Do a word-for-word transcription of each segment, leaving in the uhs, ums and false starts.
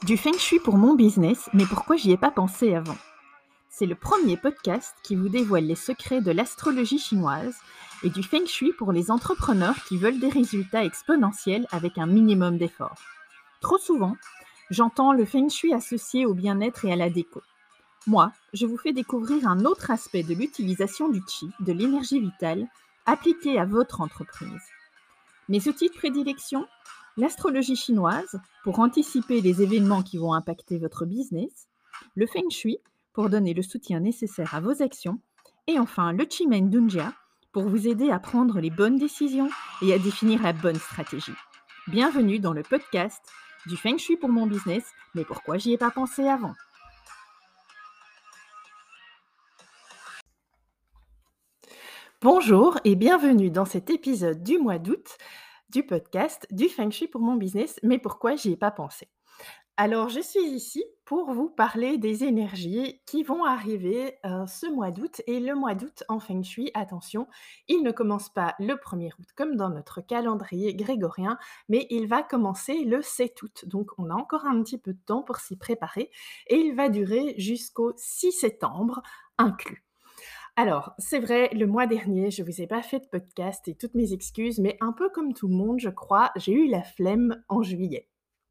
Du feng shui pour mon business, mais pourquoi j'y ai pas pensé avant? C'est le premier podcast qui vous dévoile les secrets de l'astrologie chinoise et du feng shui pour les entrepreneurs qui veulent des résultats exponentiels avec un minimum d'effort. Trop souvent, j'entends le feng shui associé au bien-être et à la déco. Moi, je vous fais découvrir un autre aspect de l'utilisation du qi, de l'énergie vitale, appliquée à votre entreprise. Mes outils de prédilection? L'astrologie chinoise, pour anticiper les événements qui vont impacter votre business, le feng shui, pour donner le soutien nécessaire à vos actions, et enfin le Chimen Dunjia, pour vous aider à prendre les bonnes décisions et à définir la bonne stratégie. Bienvenue dans le podcast du feng shui pour mon business, mais pourquoi j'y ai pas pensé avant? Bonjour et bienvenue dans cet épisode du mois d'août du podcast du feng shui pour mon business, mais pourquoi j'y ai pas pensé? Alors, je suis ici pour vous parler des énergies qui vont arriver euh, ce mois d'août. Et le mois d'août en feng shui, attention, il ne commence pas le premier août comme dans notre calendrier grégorien, mais il va commencer le sept août. Donc, on a encore un petit peu de temps pour s'y préparer et il va durer jusqu'au six septembre inclus. Alors, c'est vrai, le mois dernier, je vous ai pas fait de podcast et toutes mes excuses, mais un peu comme tout le monde, je crois, j'ai eu la flemme en juillet.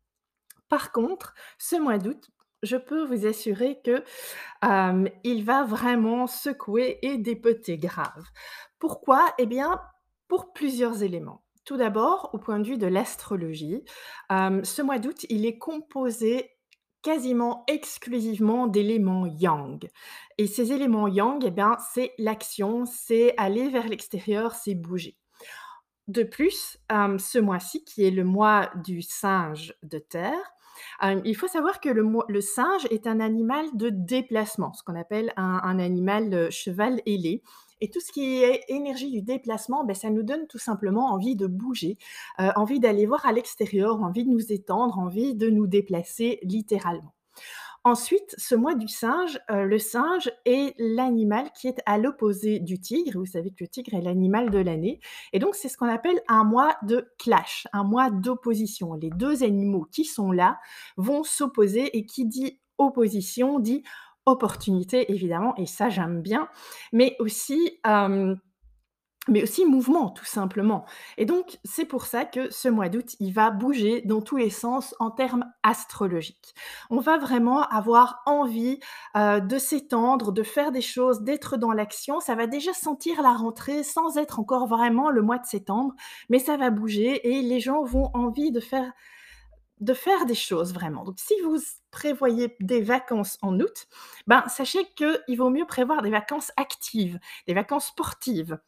Par contre, ce mois d'août, je peux vous assurer que, hem, il va vraiment secouer et dépecer grave. Pourquoi? Eh bien, pour plusieurs éléments. Tout d'abord, au point de vue de l'astrologie, hem, ce mois d'août, il est composé quasiment exclusivement d'éléments yang et ces éléments yang, eh bien, c'est l'action, c'est aller vers l'extérieur, c'est bouger. De plus, hem, ce mois-ci, qui est le mois du singe de terre, hem, il faut savoir que le mois le singe est un animal de déplacement, ce qu'on appelle un un animal, heu, cheval ailé et tout ce qui est énergie du déplacement, beh, ça nous donne tout simplement envie de bouger, heu, envie d'aller voir à l'extérieur, envie de nous étendre, envie de nous déplacer littéralement. Ensuite, ce mois du singe, heu, le singe est l'animal qui est à l'opposé du tigre. Vous savez que le tigre est l'animal de l'année et donc c'est ce qu'on appelle un mois de clash, un mois d'opposition. Les deux animaux qui sont là vont s'opposer et qui dit opposition dit opportunité évidemment et ça j'aime bien, mais aussi, hem mais aussi mouvement, tout simplement et donc c'est pour ça que ce mois d'août, il va bouger dans tous les sens en termes astrologiques. On va vraiment avoir envie, heu, de s'étendre, de faire des choses, d'être dans l'action. Ça va déjà sentir la rentrée sans être encore vraiment le mois de septembre, mais ça va bouger et les gens vont envie de faire de faire des choses vraiment. Donc si vous s prévoyez des vacances en août, ben, sachez qu'il vaut mieux prévoir des vacances actives, des vacances sportives.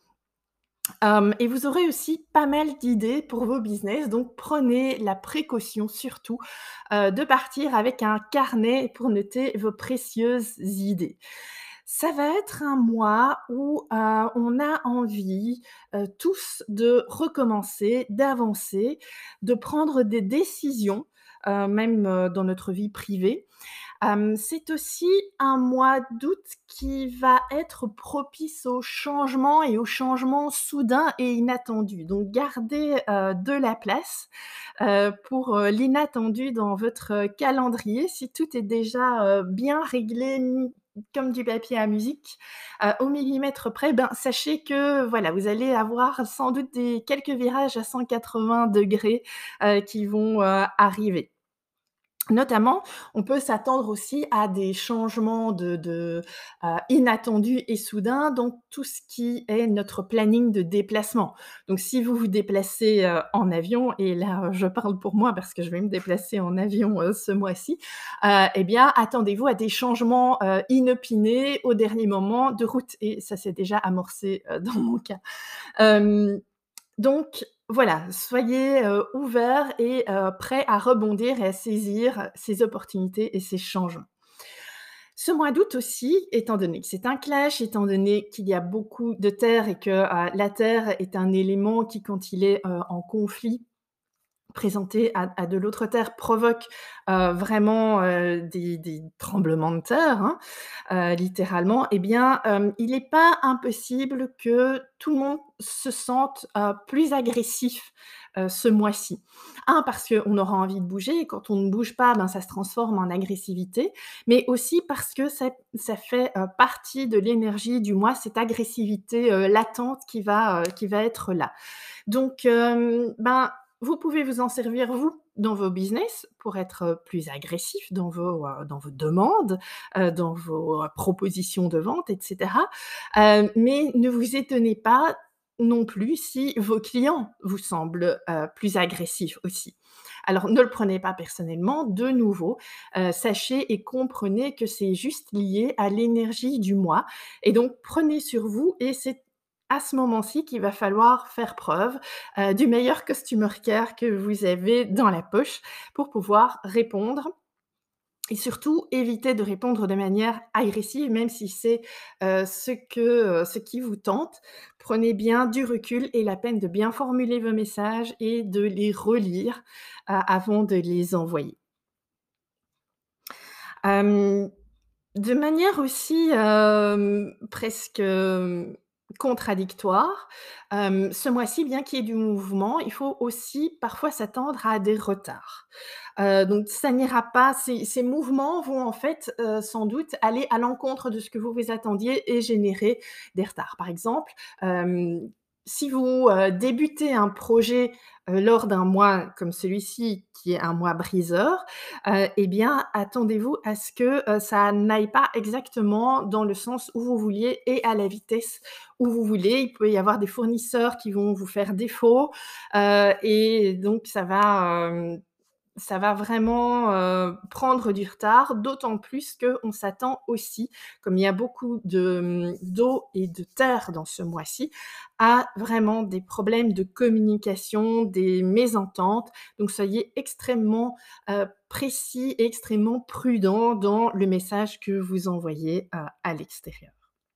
Hem et vous aurez aussi pas mal d'idées pour vos business, donc prenez la précaution surtout, heu, de partir avec un carnet pour noter vos précieuses idées. Ça va être un mois où, heu, on a envie, heu, tous de recommencer, d'avancer, de prendre des décisions, heu, même, heu, dans notre vie privée. Hem, c'est aussi un mois d'août qui va être propice au changement et aux changements soudains et inattendus. Donc gardez, heu, de la place, heu, pour, heu, l'inattendu dans votre calendrier. Si tout est déjà, heu, bien réglé, m comme du papier à musique, heu, au millimètre près, ben, sachez que, voilà, vous allez avoir sans doute des quelques virages à cent quatre-vingts degrés, heu, qui vont, heu, arriver. Notamment, on peut s'attendre aussi à des changements de de, heu, inattendus et soudains dans tout ce qui est notre planning de déplacement. Donc si vous vous déplacez, heu, en avion et là, je parle pour moi parce que je vais me déplacer en avion, heu, ce mois-ci, heu et bien attendez-vous à des changements, heu, inopinés au dernier moment de route et ça s'est déjà amorcé, heu, dans mon cas. Hem donc voilà, soyez, heu, ouverts et heu, prêts à rebondir et à saisir ces opportunités et ces changements. Ce mois d'août aussi, étant donné que c'est un clash, étant donné qu'il y a beaucoup de terre et que, heu, la terre est un élément qui, quand il est, heu, en conflit présenté à à de l'autre terre provoque, heu, vraiment, heu, des des tremblements de terre, hein, heu, littéralement, eh bien, hem, il n'est pas impossible que tout le monde se sente, heu, plus agressif, heu, ce mois-ci. un parce qu'on aura envie de bouger et quand on ne bouge pas, ben, ça se transforme en agressivité, mais aussi parce que ça ça fait, heu, partie de l'énergie du mois, cette agressivité, heu, latente qui va, heu, qui va être là. Donc, hem, ben, vous pouvez vous en servir, vous, dans vos business pour être, heu, plus agressif dans vos, heu, dans vos demandes, heu, dans vos, heu, propositions de vente et cetera. Heu, mais ne vous étonnez pas non plus si vos clients vous semblent, heu, plus agressifs aussi. Alors ne le prenez pas personnellement, de nouveau, heu, sachez et comprenez que c'est juste lié à l'énergie du mois et donc prenez sur vous et c'est à ce moment-ci qu'il va falloir faire preuve, heu, du meilleur customer care que vous avez dans la poche pour pouvoir répondre et surtout éviter de répondre de manière agressive, même si c'est, heu, ce que, heu, ce qui vous tente. Prenez bien du recul et la peine de bien formuler vos messages et de les relire, heu, avant de les envoyer. Hem, de manière aussi, hem, presque, hem, contradictoire, hem, ce mois-ci, bien qu'il y ait du mouvement, il faut aussi parfois s'attendre à des retards. Heu, donc ça n'ira pas ces ces mouvements vont en fait, heu, sans doute aller à l'encontre de ce que vous vous attendiez et générer des retards. Par exemple, hem, si vous, heu, débutez un projet, heu, lors d'un mois comme celui-ci, qui est un mois briseur, heu et bien, attendez-vous à ce que, heu, ça n'aille pas exactement dans le sens où vous vouliez et à la vitesse où vous voulez. Il peut y avoir des fournisseurs qui vont vous faire défaut, heu et donc ça va, hem, ça va vraiment, heu, prendre du retard, d'autant plus qu'on s'attend aussi, comme il y a beaucoup de, mmh, d'eau et de terre dans ce mois-ci, à vraiment des problèmes de communication, des mésententes. Donc soyez extrêmement, heu, précis et extrêmement prudent dans le message que vous envoyez, heu, à l'extérieur.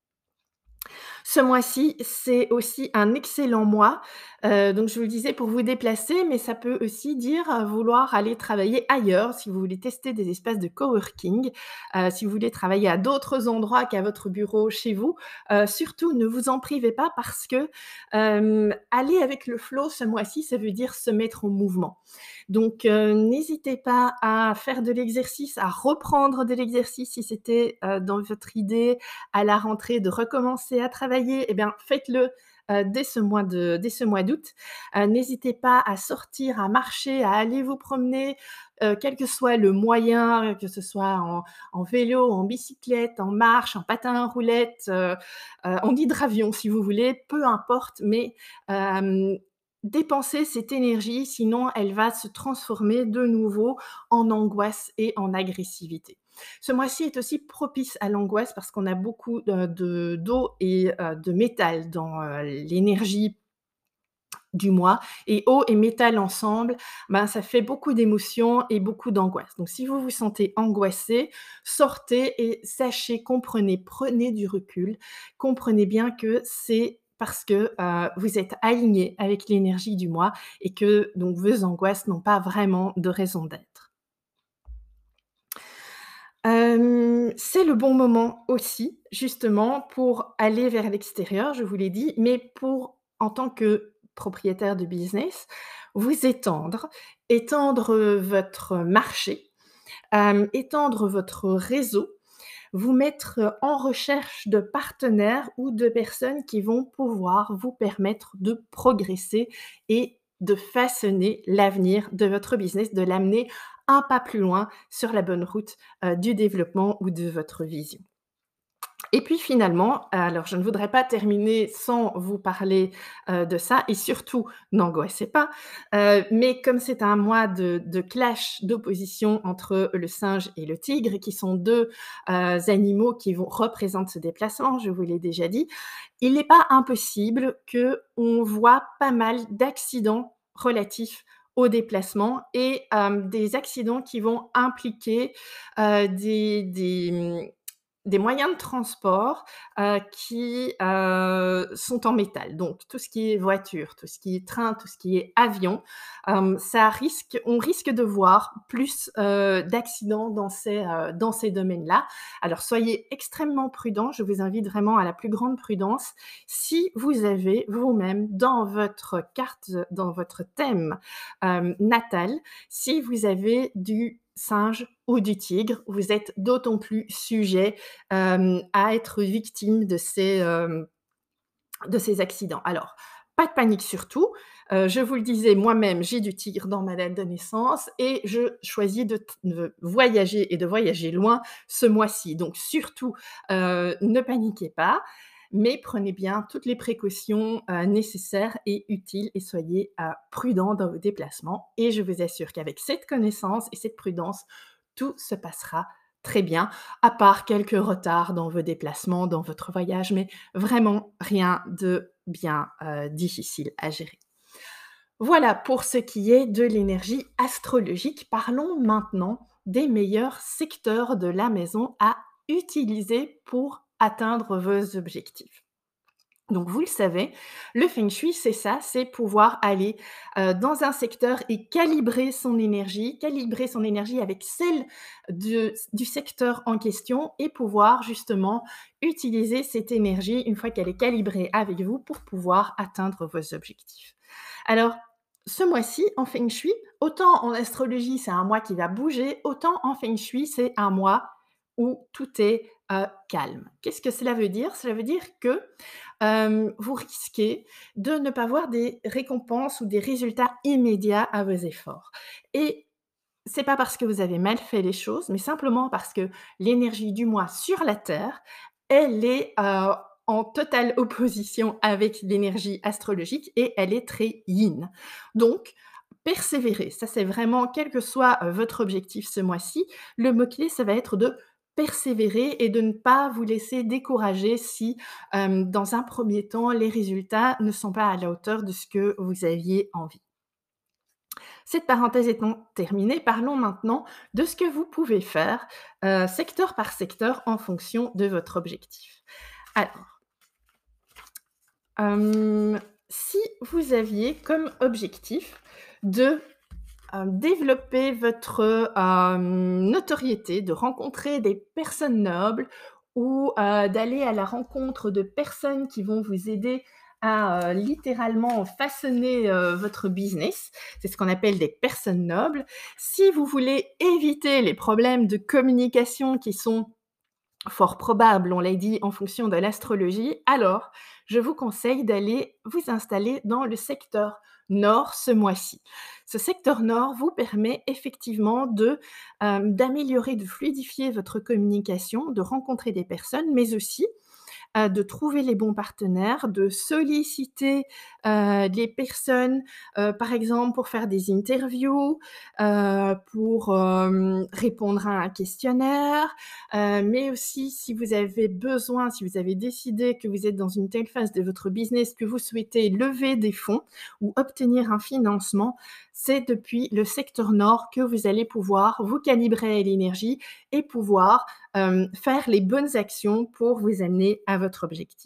Ce mois-ci, c'est aussi un excellent mois, heu, donc je vous le disais pour vous déplacer, mais ça peut aussi dire, heu, vouloir aller travailler ailleurs si vous voulez tester des espaces de coworking, heu, si vous voulez travailler à d'autres endroits qu'à votre bureau chez vous. Heu, surtout ne vous en privez pas parce que, hem, aller avec le flow ce mois-ci, ça veut dire se mettre en mouvement. Donc, heu, n'hésitez pas à faire de l'exercice, à reprendre de l'exercice si c'était, heu, dans votre idée à la rentrée de recommencer à travailler, eh bien faites-le, heu, dès ce mois de dès ce mois d'août. Heu, n'hésitez pas à sortir, à marcher, à aller vous promener, heu, quel que soit le moyen, que ce soit en en vélo, en bicyclette, en marche, en patin à roulettes, heu heu, en hydravion si vous voulez, peu importe, mais hem, dépensez cette énergie, sinon elle va se transformer de nouveau en angoisse et en agressivité. Ce mois-ci est aussi propice à l'angoisse parce qu'on a beaucoup de de d'eau et heu, de métal dans, heu, l'énergie du mois et eau et métal ensemble, ben, ça fait beaucoup d'émotions et beaucoup d'angoisse. Donc si vous vous sentez angoissé, sortez et sachez, comprenez, prenez du recul, comprenez bien que c'est parce que, heu, vous êtes aligné avec l'énergie du mois et que donc vos angoisses n'ont pas vraiment de raison d'être. Hem, c'est le bon moment aussi, justement, pour aller vers l'extérieur, je vous l'ai dit, mais pour, en tant que propriétaire de business, vous étendre, étendre, heu, votre marché, hem, étendre votre réseau, vous mettre, heu, en recherche de partenaires ou de personnes qui vont pouvoir vous permettre de progresser et de façonner l'avenir de votre business, de l'amener un pas plus loin sur la bonne route, heu, du développement ou de votre vision. Et puis finalement, alors je ne voudrais pas terminer sans vous parler, heu, de ça et surtout n'angoissez pas, heu, mais comme c'est un mois de de clash, d'opposition entre le singe et le tigre qui sont deux heu, animaux qui vont représentent ce déplacement, je vous l'ai déjà dit, il n'est pas impossible qu'on voit pas mal d'accidents relatifs au déplacement et hem, des accidents qui vont impliquer, heu, des des, mmh des moyens de transport, heu, qui, heu, sont en métal. Donc tout ce qui est voiture, tout ce qui est train, tout ce qui est avion, hem, ça risque on risque de voir plus, heu, d'accidents dans ces, heu, dans ces domaines-là. Alors soyez extrêmement prudents, je vous invite vraiment à la plus grande prudence. Si vous avez vous-même dans votre carte, dans votre thème, hem, natal, si vous avez du singe ou du tigre, vous êtes d'autant plus sujet, hem, à être victime de ces, hem, de ces accidents. Alors, pas de panique surtout, heu, je vous le disais, moi-même, j'ai du tigre dans ma date de naissance et je choisis de t de voyager et de voyager loin ce mois-ci. Donc surtout, heu, ne paniquez pas, mais prenez bien toutes les précautions, heu, nécessaires et utiles et soyez, heu, prudents dans vos déplacements et je vous assure qu'avec cette connaissance et cette prudence, tout se passera très bien, à part quelques retards dans vos déplacements, dans votre voyage, mais vraiment rien de bien, heu, difficile à gérer. Voilà pour ce qui est de l'énergie astrologique. Parlons maintenant des meilleurs secteurs de la maison à utiliser pour atteindre vos objectifs. Donc vous le savez, le feng shui, c'est ça, c'est pouvoir aller, heu, dans un secteur et calibrer son énergie, calibrer son énergie avec celle de du secteur en question et pouvoir justement utiliser cette énergie une fois qu'elle est calibrée avec vous pour pouvoir atteindre vos objectifs. Alors, ce mois-ci en feng shui, autant en astrologie, c'est un mois qui va bouger, autant en feng shui, c'est un mois où tout est, heu, calme. Qu'est-ce que cela veut dire? Cela veut dire que, hem, vous risquez de ne pas voir des récompenses ou des résultats immédiats à vos efforts et c'est pas parce que vous avez mal fait les choses, mais simplement parce que l'énergie du mois sur la Terre, elle est, heu, en totale opposition avec l'énergie astrologique et elle est très yin. Donc persévérer, ça c'est vraiment quel que soit, heu, votre objectif ce mois-ci, le mot-clé, ça va être de persévérer et de ne pas vous laisser décourager si, hem, dans un premier temps, les résultats ne sont pas à la hauteur de ce que vous aviez envie. Cette parenthèse étant terminée, parlons maintenant de ce que vous pouvez faire, heu, secteur par secteur en fonction de votre objectif. Alors, hem, si vous aviez comme objectif de, heu, développer votre, hem, notoriété, de rencontrer des personnes nobles ou, heu, d'aller à la rencontre de personnes qui vont vous aider à, heu, littéralement façonner, heu, votre business. C'est ce qu'on appelle des personnes nobles. Si vous voulez éviter les problèmes de communication qui sont fort probable, on l'a dit, en fonction de l'astrologie, alors je vous conseille d'aller vous installer dans le secteur nord ce mois-ci. Ce secteur nord vous permet effectivement de, hem, d'améliorer, de fluidifier votre communication, de rencontrer des personnes, mais aussi heu, de trouver les bons partenaires, de solliciter, heu, les personnes, heu, par exemple pour faire des interviews, heu, pour, hem, répondre à un questionnaire, heu, mais aussi si vous avez besoin, si vous avez décidé que vous êtes dans une telle phase de votre business que vous souhaitez lever des fonds ou obtenir un financement, c'est depuis le secteur nord que vous allez pouvoir vous calibrer à l'énergie et pouvoir, hem, faire les bonnes actions pour vous amener à votre objectif.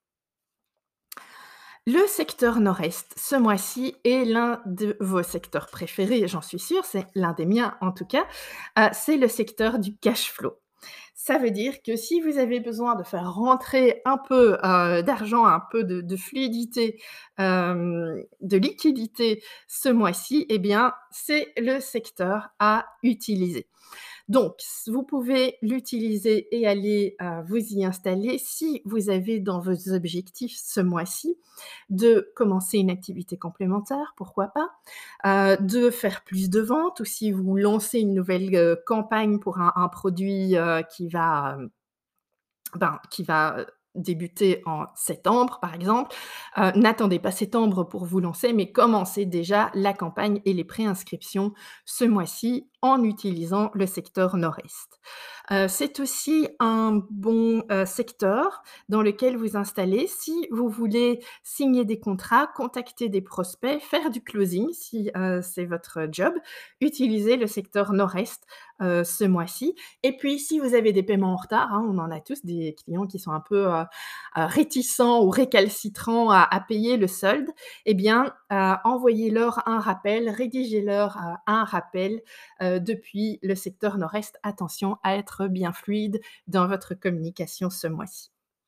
Le secteur nord-est, ce mois-ci, est l'un de vos secteurs préférés, j'en suis sûre, c'est l'un des miens en tout cas, heu, c'est le secteur du cash flow. Ça veut dire que si vous avez besoin de faire rentrer un peu, heu, d'argent, un peu de de fluidité, hem, de liquidité ce mois-ci, eh bien, c'est le secteur à utiliser. Donc, s vous pouvez l'utiliser et aller, heu, vous y installer si vous avez dans vos objectifs ce mois-ci de commencer une activité complémentaire, pourquoi pas, heu, de faire plus de ventes ou si vous lancez une nouvelle, heu, campagne pour un un produit, heu, qui va, hem, ben, qui va, heu, débuter en septembre, par exemple. Heu, n'attendez pas septembre pour vous lancer, mais commencez déjà la campagne et les préinscriptions ce mois-ci en utilisant le secteur nord-est. Heu, c'est aussi un bon, heu, secteur dans lequel vous installer si vous voulez signer des contrats, contacter des prospects, faire du closing si, heu, c'est votre job. Utilisez le secteur nord-est, heu, ce mois-ci et puis si vous avez des paiements en retard, hein, on en a tous des clients qui sont un peu, heu heu, réticents ou récalcitrants à à payer le solde, eh bien, heu, envoyez-leur un rappel, rédigez-leur, heu, un rappel, heu, depuis le secteur nord-est. Attention à être bien fluide dans votre communication ce mois-ci.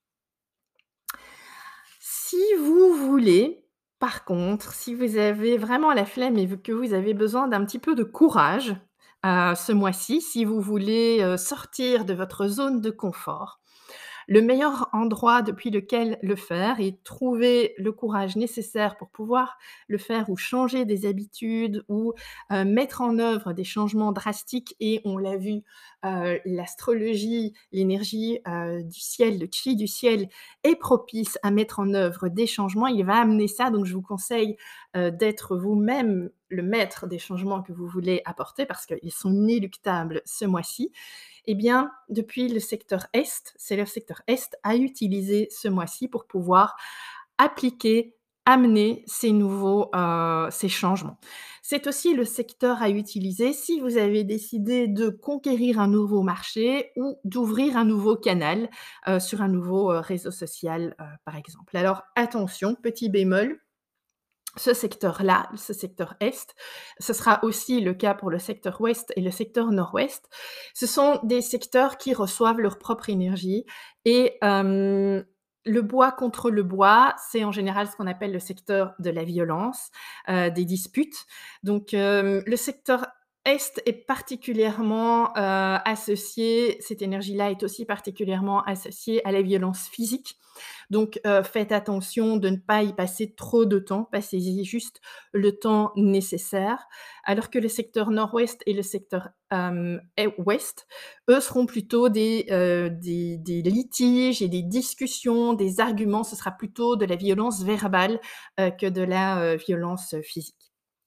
Si vous voulez, par contre, si vous avez vraiment la flemme et v que vous avez besoin d'un petit peu de courage, heu, ce mois-ci, si vous voulez, heu, sortir de votre zone de confort, le meilleur endroit depuis lequel le faire et trouver le courage nécessaire pour pouvoir le faire ou changer des habitudes ou, heu, mettre en œuvre des changements drastiques et on l'a vu, heu, l'astrologie, l'énergie, heu, du ciel, le chi du ciel est propice à mettre en œuvre des changements. Il va amener ça, donc je vous conseille, heu, d'être vous-même le maître des changements que vous voulez apporter parce qu'ils sont inéluctables ce mois-ci. Eh bien, depuis le secteur est, c'est le secteur est à utiliser ce mois-ci pour pouvoir appliquer, amener ces nouveaux, heu, ces changements. C'est aussi le secteur à utiliser si vous avez décidé de conquérir un nouveau marché ou d'ouvrir un nouveau canal, heu, sur un nouveau, heu, réseau social, heu, par exemple. Alors attention, petit bémol, ce secteur-là, ce secteur est, ce sera aussi le cas pour le secteur ouest et le secteur nord-ouest. Ce sont des secteurs qui reçoivent leur propre énergie et hem, le bois contre le bois, c'est en général ce qu'on appelle le secteur de la violence, heu, des disputes. Donc hem, le secteur est est particulièrement, heu, associé cette énergie-là est aussi particulièrement associée à la violence physique. Donc, heu, faites attention de ne pas y passer trop de temps, passez-y juste le temps nécessaire. Alors que le secteur nord-ouest et le secteur, hem, est ouest, eux seront plutôt des, heu, des des litiges et des discussions, des arguments. Ce sera plutôt de la violence verbale, heu, que de la, heu, violence, physique.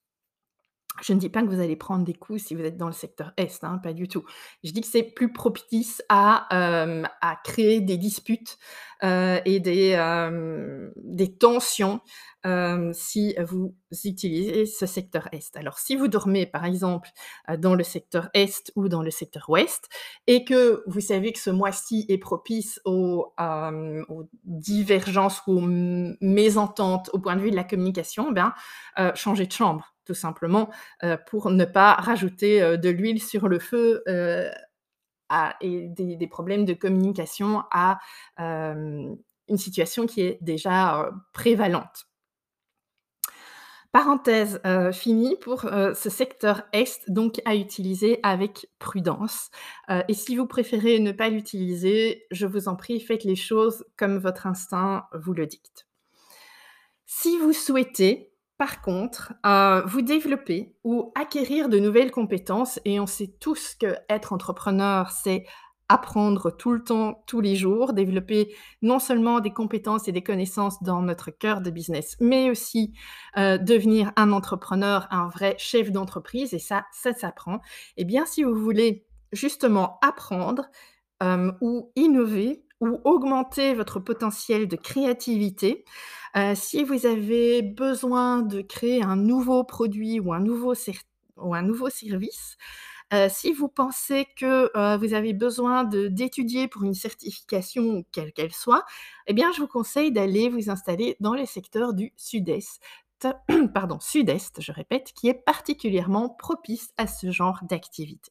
Je ne dis pas que vous allez prendre des coups si vous êtes dans le secteur est, hein, pas du tout. Je dis que c'est plus propice à, hem, à créer des disputes, heu et des, hem, des tensions, hem, si vous utilisez ce secteur est. Alors si vous dormez par exemple, heu, dans le secteur est ou dans le secteur ouest et que vous savez que ce mois-ci est propice aux, hem, aux divergences ou aux m mésententes au point de vue de la communication, ben, heu, changez de chambre tout simplement, heu, pour ne pas rajouter, heu, de l'huile sur le feu, heu, à et des des problèmes de communication à, hem, une situation qui est déjà, heu, prévalente. Parenthèse, heu, finie pour, heu, ce secteur est, donc à utiliser avec prudence, heu et si vous préférez ne pas l'utiliser, je vous en prie, faites les choses comme votre instinct vous le dicte. Si vous souhaitez, par contre, heu, vous développer ou acquérir de nouvelles compétences et on sait tous qu'être entrepreneur, c'est apprendre tout le temps, tous les jours, développer non seulement des compétences et des connaissances dans notre cœur de business, mais aussi, heu, devenir un entrepreneur, un vrai chef d'entreprise et ça, ça s'apprend. Eh bien, si vous voulez justement apprendre, hem, ou innover ou augmenter votre potentiel de créativité, heu, si vous avez besoin de créer un nouveau produit ou un nouveau cer ou un nouveau service, heu, si vous pensez que, heu, vous avez besoin de d'étudier pour une certification, quelle qu'elle soit, eh bien, je vous conseille d'aller vous installer dans le secteur du sud-est, pardon, sud-est, je répète, qui est particulièrement propice à ce genre d'activité.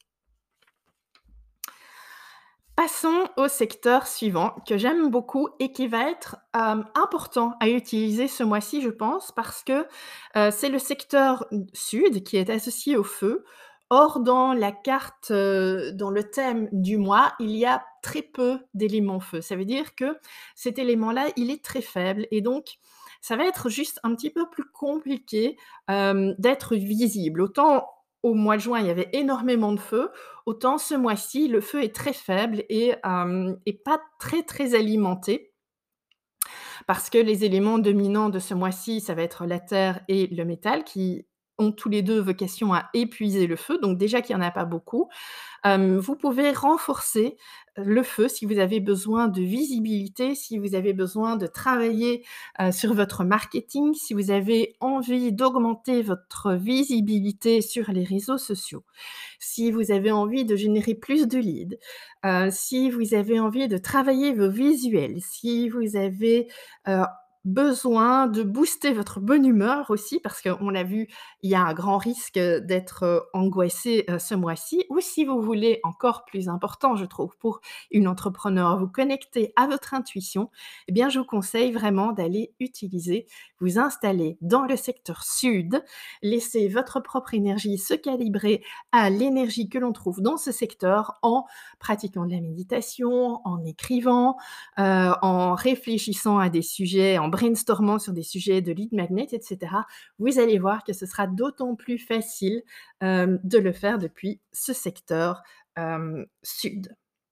Passons au secteur suivant que j'aime beaucoup et qui va être, hem, important à utiliser ce mois-ci, je pense, parce que, heu, c'est le secteur n sud qui est associé au feu. Or, dans la carte, heu, dans le thème du mois, il y a très peu d'éléments feu. Ça veut dire que cet élément-là, il est très faible et donc ça va être juste un petit peu plus compliqué, hem, d'être visible. Autant au mois de juin, il y avait énormément de feu, autant ce mois-ci, le feu est très faible et hem, et pas très, très alimenté parce que les éléments dominants de ce mois-ci, ça va être la terre et le métal qui ont tous les deux vocation à épuiser le feu, donc déjà qu'il y en a pas beaucoup. Hem, vous pouvez renforcer le feu si vous avez besoin de visibilité, si vous avez besoin de travailler, heu, sur votre marketing, si vous avez envie d'augmenter votre visibilité sur les réseaux sociaux, si vous avez envie de générer plus de leads, heu, si vous avez envie de travailler vos visuels, si vous avez, heu, besoin de booster votre bonne humeur aussi parce qu'on l'a vu, il y a un grand risque, heu, d'être, heu, angoissé, heu, ce mois-ci ou si vous voulez, encore plus important je trouve pour une entrepreneur, vous connecter à votre intuition, eh bien je vous conseille vraiment d'aller utiliser vous installer dans le secteur sud, laisser votre propre énergie se calibrer à l'énergie que l'on trouve dans ce secteur en pratiquant de la méditation, en écrivant, heu, en réfléchissant à des sujets, en brainstormant sur des sujets de lead magnet et cetera. Vous allez voir que ce sera d'autant plus facile, hem, de le faire depuis ce secteur, hem, sud.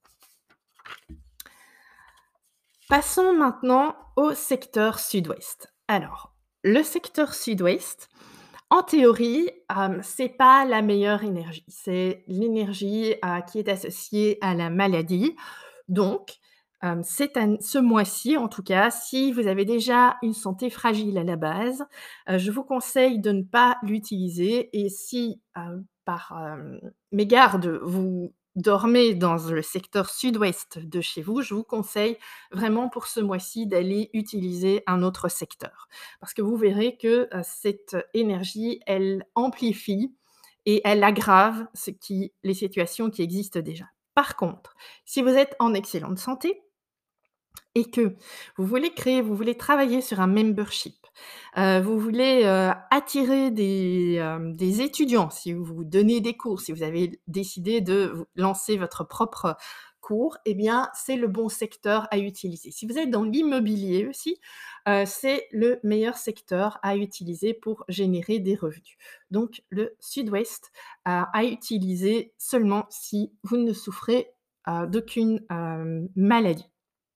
Passons maintenant au secteur sud-ouest. Alors, le secteur sud-ouest, en théorie, hem, c'est pas la meilleure énergie. C'est l'énergie, heu, qui est associée à la maladie. Donc, hem, cette an ce mois-ci, en tout cas, si vous avez déjà une santé fragile à la base, heu, je vous conseille de ne pas l'utiliser et si, heu, par, hem, mégarde, vous dormez dans le secteur sud-ouest de chez vous, je vous conseille vraiment pour ce mois-ci d'aller utiliser un autre secteur. Parce que vous verrez que, heu, cette énergie, elle amplifie et elle aggrave ce qui les situations qui existent déjà. Par contre, si vous êtes en excellente santé et que vous voulez créer, vous voulez travailler sur un membership, heu, vous voulez, heu, attirer des, hem, des étudiants, si vous donnez des cours, si vous avez décidé de vous lancer votre propre cours, eh bien, c'est le bon secteur à utiliser. Si vous êtes dans l'immobilier aussi, heu, c'est le meilleur secteur à utiliser pour générer des revenus. Donc le sud-ouest à à utiliser seulement si vous ne souffrez, heu, d'aucune, hem, maladie.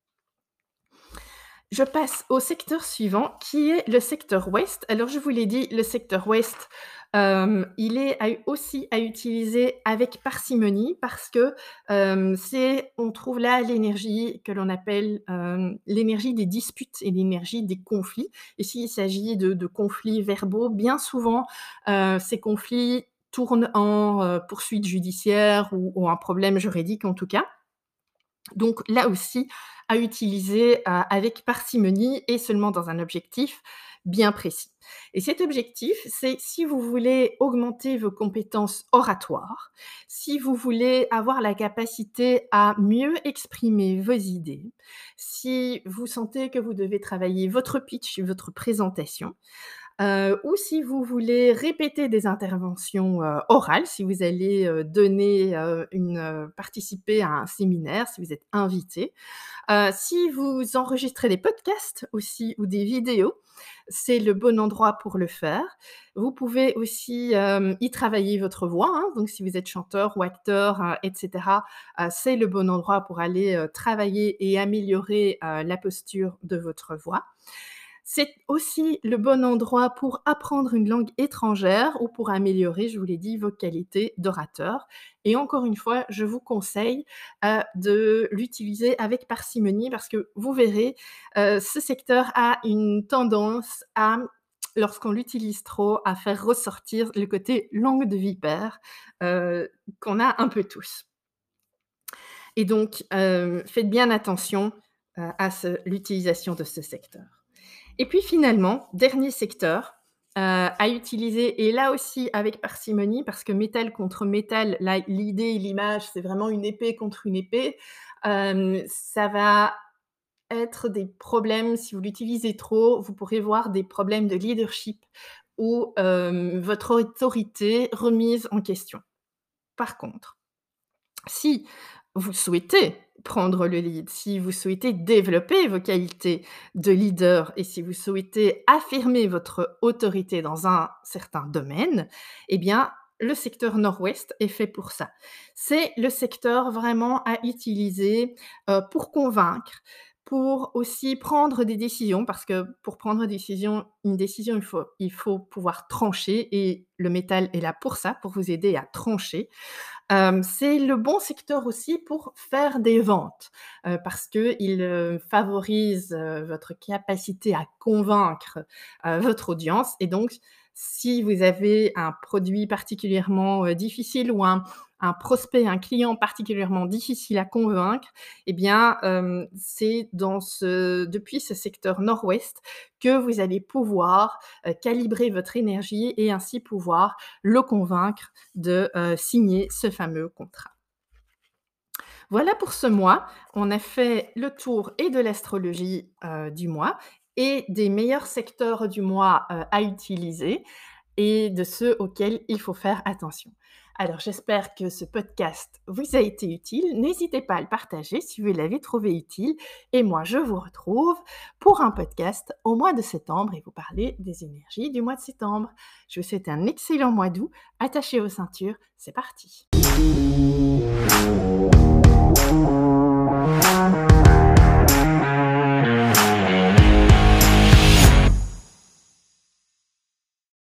Je passe au secteur suivant qui est le secteur ouest. Alors je vous l'ai dit, le secteur ouest, hem, il est à u aussi à utiliser avec parcimonie parce que, hem, c'est on trouve là l'énergie que l'on appelle, hem, l'énergie des disputes et l'énergie des conflits. Ici, il s'agit de de conflits verbaux. Bien souvent, heu, ces conflits tournent en, heu, poursuite judiciaire ou ou un problème juridique en tout cas. Donc là aussi, à utiliser, heu, avec parcimonie et seulement dans un objectif bien précis. Et cet objectif, c'est si vous voulez augmenter vos compétences oratoires, si vous voulez avoir la capacité à mieux exprimer vos idées, si vous sentez que vous devez travailler votre pitch, votre présentation, Heu, ou si vous voulez répéter des interventions, heu, orales, si vous allez, heu, donner, heu, une, heu, participer à un séminaire, si vous êtes invité. Heu, si vous enregistrez des podcasts aussi ou des vidéos, c'est le bon endroit pour le faire. Vous pouvez aussi, hem, y travailler votre voix, hein, donc si vous êtes chanteur ou acteur, heu, et cetera, heu, c'est le bon endroit pour aller, heu, travailler et améliorer, heu, la posture de votre voix. C'est aussi le bon endroit pour apprendre une langue étrangère ou pour améliorer, je vous l'ai dit, vos qualités d'orateur et encore une fois, je vous conseille, heu, de l'utiliser avec parcimonie parce que vous verrez, heu, ce secteur a une tendance à, lorsqu'on l'utilise trop, à faire ressortir le côté langue de vipère, heu, qu'on a un peu tous et donc, heu, faites bien attention, heu, à ce l'utilisation de ce secteur. Et puis finalement, dernier secteur, heu, à utiliser et là aussi avec parcimonie parce que métal contre métal, là l'idée, l'image, c'est vraiment une épée contre une épée. Hem, ça va être des problèmes si vous l'utilisez trop, vous pourrez voir des problèmes de leadership ou, hem, votre autorité remise en question. Par contre, si vous souhaitez prendre le lead, si vous souhaitez développer vos qualités de leader et si vous souhaitez affirmer votre autorité dans un certain domaine, eh bien, le secteur nord-ouest est fait pour ça. C'est le secteur vraiment à utiliser, heu, pour convaincre, pour aussi prendre des décisions parce que pour prendre une décision une décision, il faut il faut pouvoir trancher et le métal est là pour ça, pour vous aider à trancher. Hem, c'est le bon secteur aussi pour faire des ventes, heu, parce qu'il, heu, favorise, heu, votre capacité à convaincre, heu, votre audience et donc si vous avez un produit particulièrement, heu, difficile ou un un prospect, un client particulièrement difficile à convaincre et bien, hem, c'est dans ce depuis ce secteur nord-ouest que vous allez pouvoir, heu, calibrer votre énergie et ainsi pouvoir le convaincre de, heu, signer ce fameux contrat. Voilà pour ce mois. On a fait le tour et de l'astrologie, heu, du mois et des meilleurs secteurs du mois, heu, à utiliser et de ceux auxquels il faut faire attention. Alors j'espère que ce podcast vous a été utile. N'hésitez pas à le partager si vous l'avez trouvé utile et moi je vous retrouve pour un podcast au mois de septembre et vous parler des énergies du mois de septembre. Je vous souhaite un excellent mois d'août. Attachez vos ceintures, c'est parti.